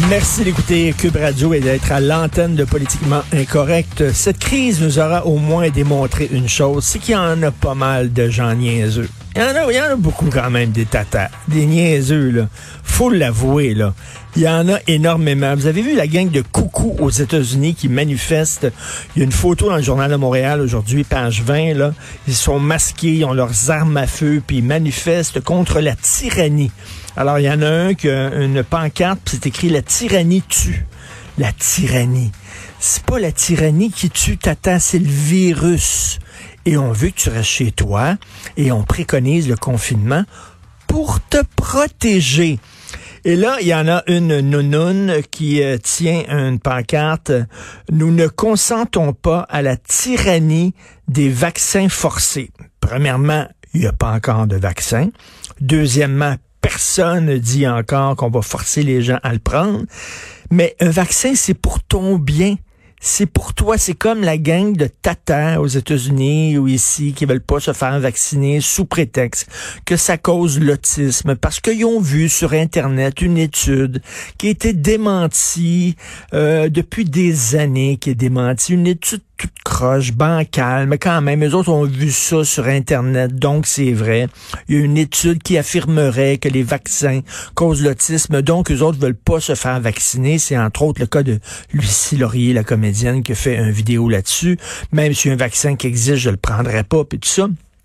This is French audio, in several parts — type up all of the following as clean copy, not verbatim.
Merci d'écouter Cube Radio et d'être à l'antenne de Politiquement Incorrect. Cette crise nous aura au moins démontré une chose, c'est qu'il y en a pas mal de gens niaiseux. Il y en a beaucoup quand même, des tatas, des niaiseux, là. Faut l'avouer, là. Il y en a énormément. Vous avez vu la gang de coucous aux États-Unis qui manifestent. Il y a une photo dans le Journal de Montréal aujourd'hui, page 20, là. Ils sont masqués, ils ont leurs armes à feu, puis ils manifestent contre la tyrannie. Alors, il y en a un qui a une pancarte, puis c'est écrit « La tyrannie tue ». La tyrannie. C'est pas la tyrannie qui tue, tata, c'est le virus. Et on veut que tu restes chez toi, et on préconise le confinement pour te protéger. Et là, il y en a une nounoune qui tient une pancarte « Nous ne consentons pas à la tyrannie des vaccins forcés ». Premièrement, il n'y a pas encore de vaccin. Deuxièmement, personne ne dit encore qu'on va forcer les gens à le prendre. Mais un vaccin, c'est pour ton bien. C'est pour toi. C'est comme la gang de tatas aux États-Unis ou ici qui veulent pas se faire vacciner sous prétexte que ça cause l'autisme. Parce qu'ils ont vu sur Internet une étude qui a été démentie depuis des années, qui est démentie. Une étude toute croche, bancale, mais quand même, eux autres ont vu ça sur Internet, donc c'est vrai. Il y a une étude qui affirmerait que les vaccins causent l'autisme, donc eux autres veulent pas se faire vacciner. C'est entre autres le cas de Lucie Laurier, la comédienne, qui a fait une vidéo là-dessus. Même s'il y a un vaccin qui existe, je le prendrais pas, puis tout ça.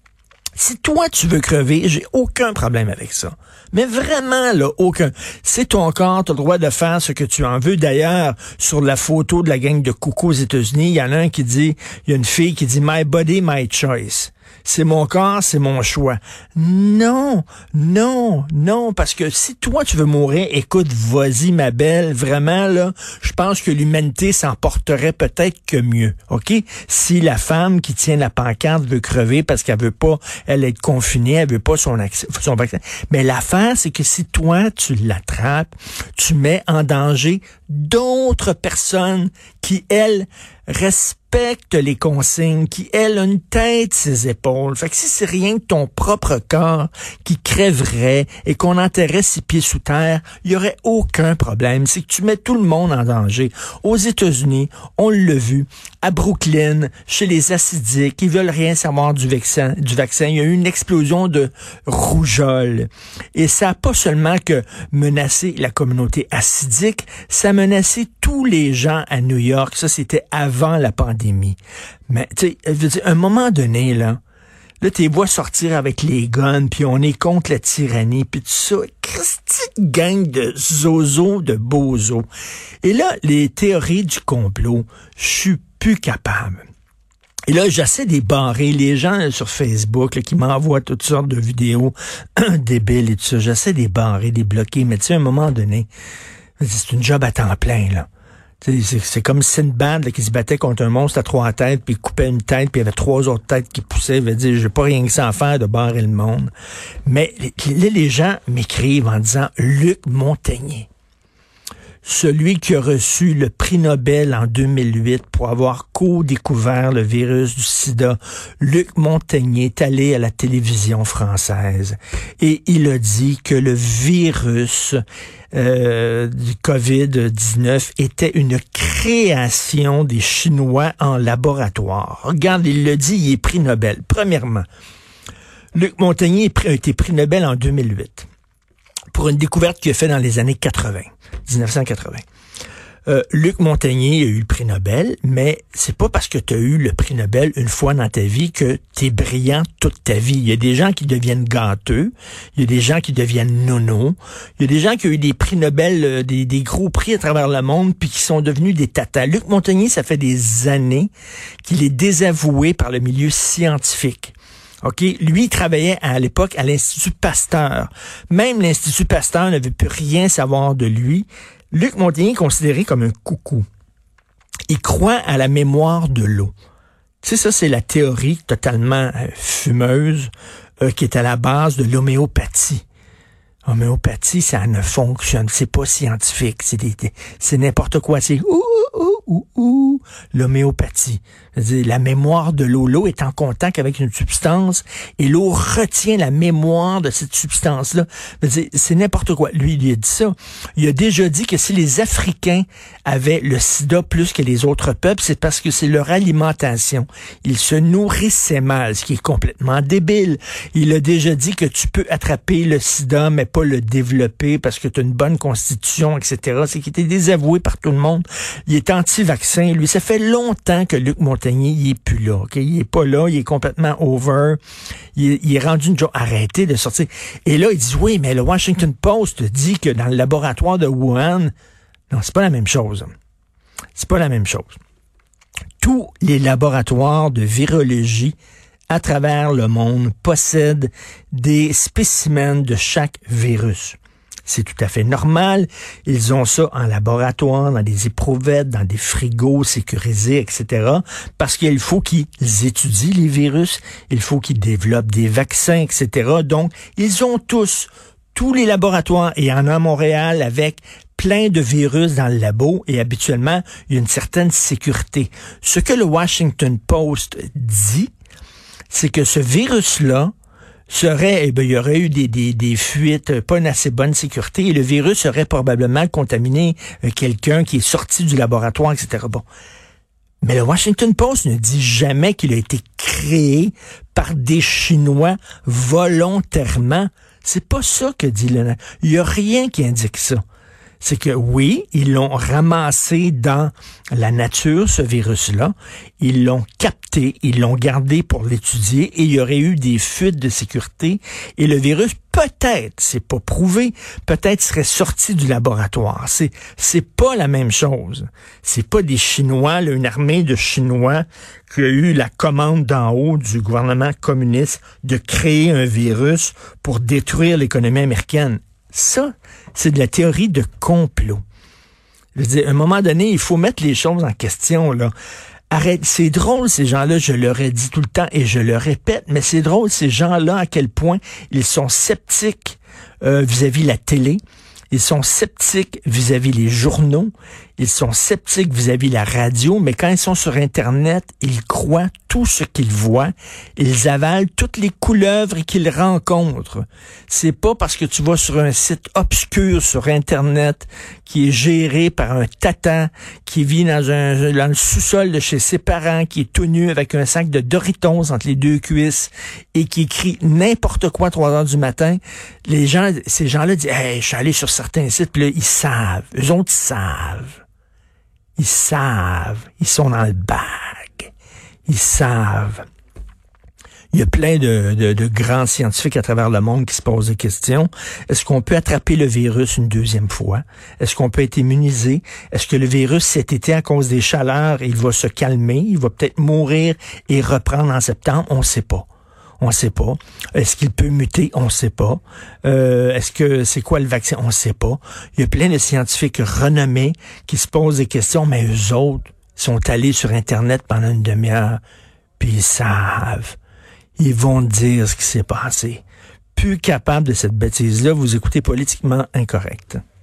Si toi, tu veux crever, j'ai aucun problème avec ça. Mais vraiment, là, aucun. C'est ton corps, tu as le droit de faire ce que tu en veux. D'ailleurs, sur la photo de la gang de coucou aux États-Unis, il y en a un qui dit, il y a une fille qui dit « My body, my choice ». C'est mon corps, c'est mon choix. Non, non, non, parce que si toi tu veux mourir, écoute, vas-y ma belle, vraiment là, je pense que l'humanité s'en porterait peut-être que mieux, ok? Si la femme qui tient la pancarte veut crever parce qu'elle veut pas, elle être confinée, elle veut pas son vaccin. Mais l'affaire, c'est que si toi tu l'attrapes, tu mets en danger d'autres personnes qui, elles, respecte les consignes, qui, elle, a une tête ses épaules. Fait que si c'est rien que ton propre corps qui crèverait et qu'on enterrait ses pieds sous terre, il y aurait aucun problème. C'est que tu mets tout le monde en danger. Aux États-Unis, on l'a vu, à Brooklyn, chez les acidiques, ils veulent rien savoir du vaccin. Il y a eu une explosion de rougeole. Et ça n'a pas seulement que menacé la communauté acidique, ça a menacé tous les gens à New York. Ça, c'était avant la pandémie. Mais, tu sais, je veux dire, à un moment donné, là, t'es vois sortir avec les guns, puis on est contre la tyrannie, puis tout ça. Christique gang de zozo, de bozo. Et là, les théories du complot, je suis plus capable. Et là, j'essaie de les barrer. Les gens sur Facebook là, qui m'envoient toutes sortes de vidéos débiles et tout ça, j'essaie de les barrer, de les bloquer. Mais tu sais, à un moment donné, c'est une job à temps plein, là. C'est comme Sinbad là, qui se battait contre un monstre à 3 têtes, puis il coupait une tête, puis il y avait 3 autres têtes qui poussaient. Il veut dire, j'ai pas rien que ça à faire de barrer le monde. Mais là, les gens m'écrivent en disant, Luc Montagnier, celui qui a reçu le prix Nobel en 2008 pour avoir co-découvert le virus du sida, Luc Montagnier est allé à la télévision française et il a dit que le virus du COVID-19 était une création des Chinois en laboratoire. Regarde, il le dit, il est prix Nobel. Premièrement, Luc Montagnier a été prix Nobel en 2008 pour une découverte qu'il a fait dans les années 1980. Luc Montagnier a eu le prix Nobel, mais c'est pas parce que tu as eu le prix Nobel une fois dans ta vie que tu es brillant toute ta vie. Il y a des gens qui deviennent gâteux, il y a des gens qui deviennent nonos, il y a des gens qui ont eu des prix Nobel, des gros prix à travers le monde, puis qui sont devenus des tatas. Luc Montagnier, ça fait des années qu'il est désavoué par le milieu scientifique. OK, lui, il travaillait à l'époque à l'Institut Pasteur. Même l'Institut Pasteur ne veut plus rien savoir de lui. Luc Montagnier est considéré comme un coucou. Il croit à la mémoire de l'eau. Tu sais, ça, c'est la théorie totalement fumeuse qui est à la base de l'homéopathie. L'homéopathie, ça ne fonctionne. C'est pas scientifique. C'est n'importe quoi. C'est l'homéopathie. C'est-à-dire, la mémoire de l'eau. L'eau est en contact avec une substance et l'eau retient la mémoire de cette substance-là. C'est n'importe quoi. Lui, il a dit ça. Il a déjà dit que si les Africains avaient le sida plus que les autres peuples, c'est parce que c'est leur alimentation. Ils se nourrissaient mal, ce qui est complètement débile. Il a déjà dit que tu peux attraper le sida, mais pas le développer parce que tu as une bonne constitution, etc. C'est qu'il était désavoué par tout le monde. Il est anti-vaccin. Lui, ça fait longtemps que Luc Montagnier, il est plus là. Okay? Il est pas là. Il est complètement over. Il est rendu une joke. Arrêtez de sortir. Et là, il dit, oui, mais le Washington Post dit que dans le laboratoire de Wuhan, non, c'est pas la même chose. C'est pas la même chose. Tous les laboratoires de virologie à travers le monde possèdent des spécimens de chaque virus. C'est tout à fait normal. Ils ont ça en laboratoire, dans des éprouvettes, dans des frigos sécurisés, etc. Parce qu'il faut qu'ils étudient les virus, il faut qu'ils développent des vaccins, etc. Donc, ils ont tous les laboratoires, et il y en a à Montréal avec plein de virus dans le labo, et habituellement, il y a une certaine sécurité. Ce que le Washington Post dit, c'est que ce virus-là serait, il y aurait eu des fuites, pas une assez bonne sécurité, et le virus aurait probablement contaminé quelqu'un qui est sorti du laboratoire, etc. Bon. Mais le Washington Post ne dit jamais qu'il a été créé par des Chinois volontairement. C'est pas ça que dit le... Il y a rien qui indique ça. C'est que oui, ils l'ont ramassé dans la nature, ce virus-là. Ils l'ont capté, ils l'ont gardé pour l'étudier et il y aurait eu des fuites de sécurité. Et le virus, peut-être, c'est pas prouvé, peut-être serait sorti du laboratoire. C'est pas la même chose. C'est pas des Chinois, là, une armée de Chinois qui a eu la commande d'en haut du gouvernement communiste de créer un virus pour détruire l'économie américaine. Ça, c'est de la théorie de complot. Je veux dire, à un moment donné, il faut mettre les choses en question, là. Arrête, c'est drôle, ces gens-là, je leur ai dit tout le temps et je le répète, mais c'est drôle, ces gens-là, à quel point ils sont sceptiques vis-à-vis la télé. Ils sont sceptiques vis-à-vis les journaux, ils sont sceptiques vis-à-vis la radio, mais quand ils sont sur Internet, ils croient tout ce qu'ils voient, ils avalent toutes les couleuvres qu'ils rencontrent. C'est pas parce que tu vas sur un site obscur sur Internet qui est géré par un tata qui vit dans le sous-sol de chez ses parents, qui est tout nu avec un sac de Doritos entre les deux cuisses et qui écrit n'importe quoi à 3 heures du matin. Ces gens-là disent, hey, je suis allé sur certains sites, puis là, ils savent. Eux autres, ils savent. Ils savent. Ils sont dans le bag. Ils savent. Il y a plein de grands scientifiques à travers le monde qui se posent des questions. Est-ce qu'on peut attraper le virus une deuxième fois? Est-ce qu'on peut être immunisé? Est-ce que le virus, cet été, à cause des chaleurs, il va se calmer? Il va peut-être mourir et reprendre en septembre? On ne sait pas. On ne sait pas. Est-ce qu'il peut muter? On ne sait pas. Est-ce que c'est quoi le vaccin? On ne sait pas. Il y a plein de scientifiques renommés qui se posent des questions, mais eux autres sont allés sur Internet pendant une demi-heure, puis ils savent. Ils vont dire ce qui s'est passé. Plus capable de cette bêtise-là, vous écoutez Politiquement Incorrect.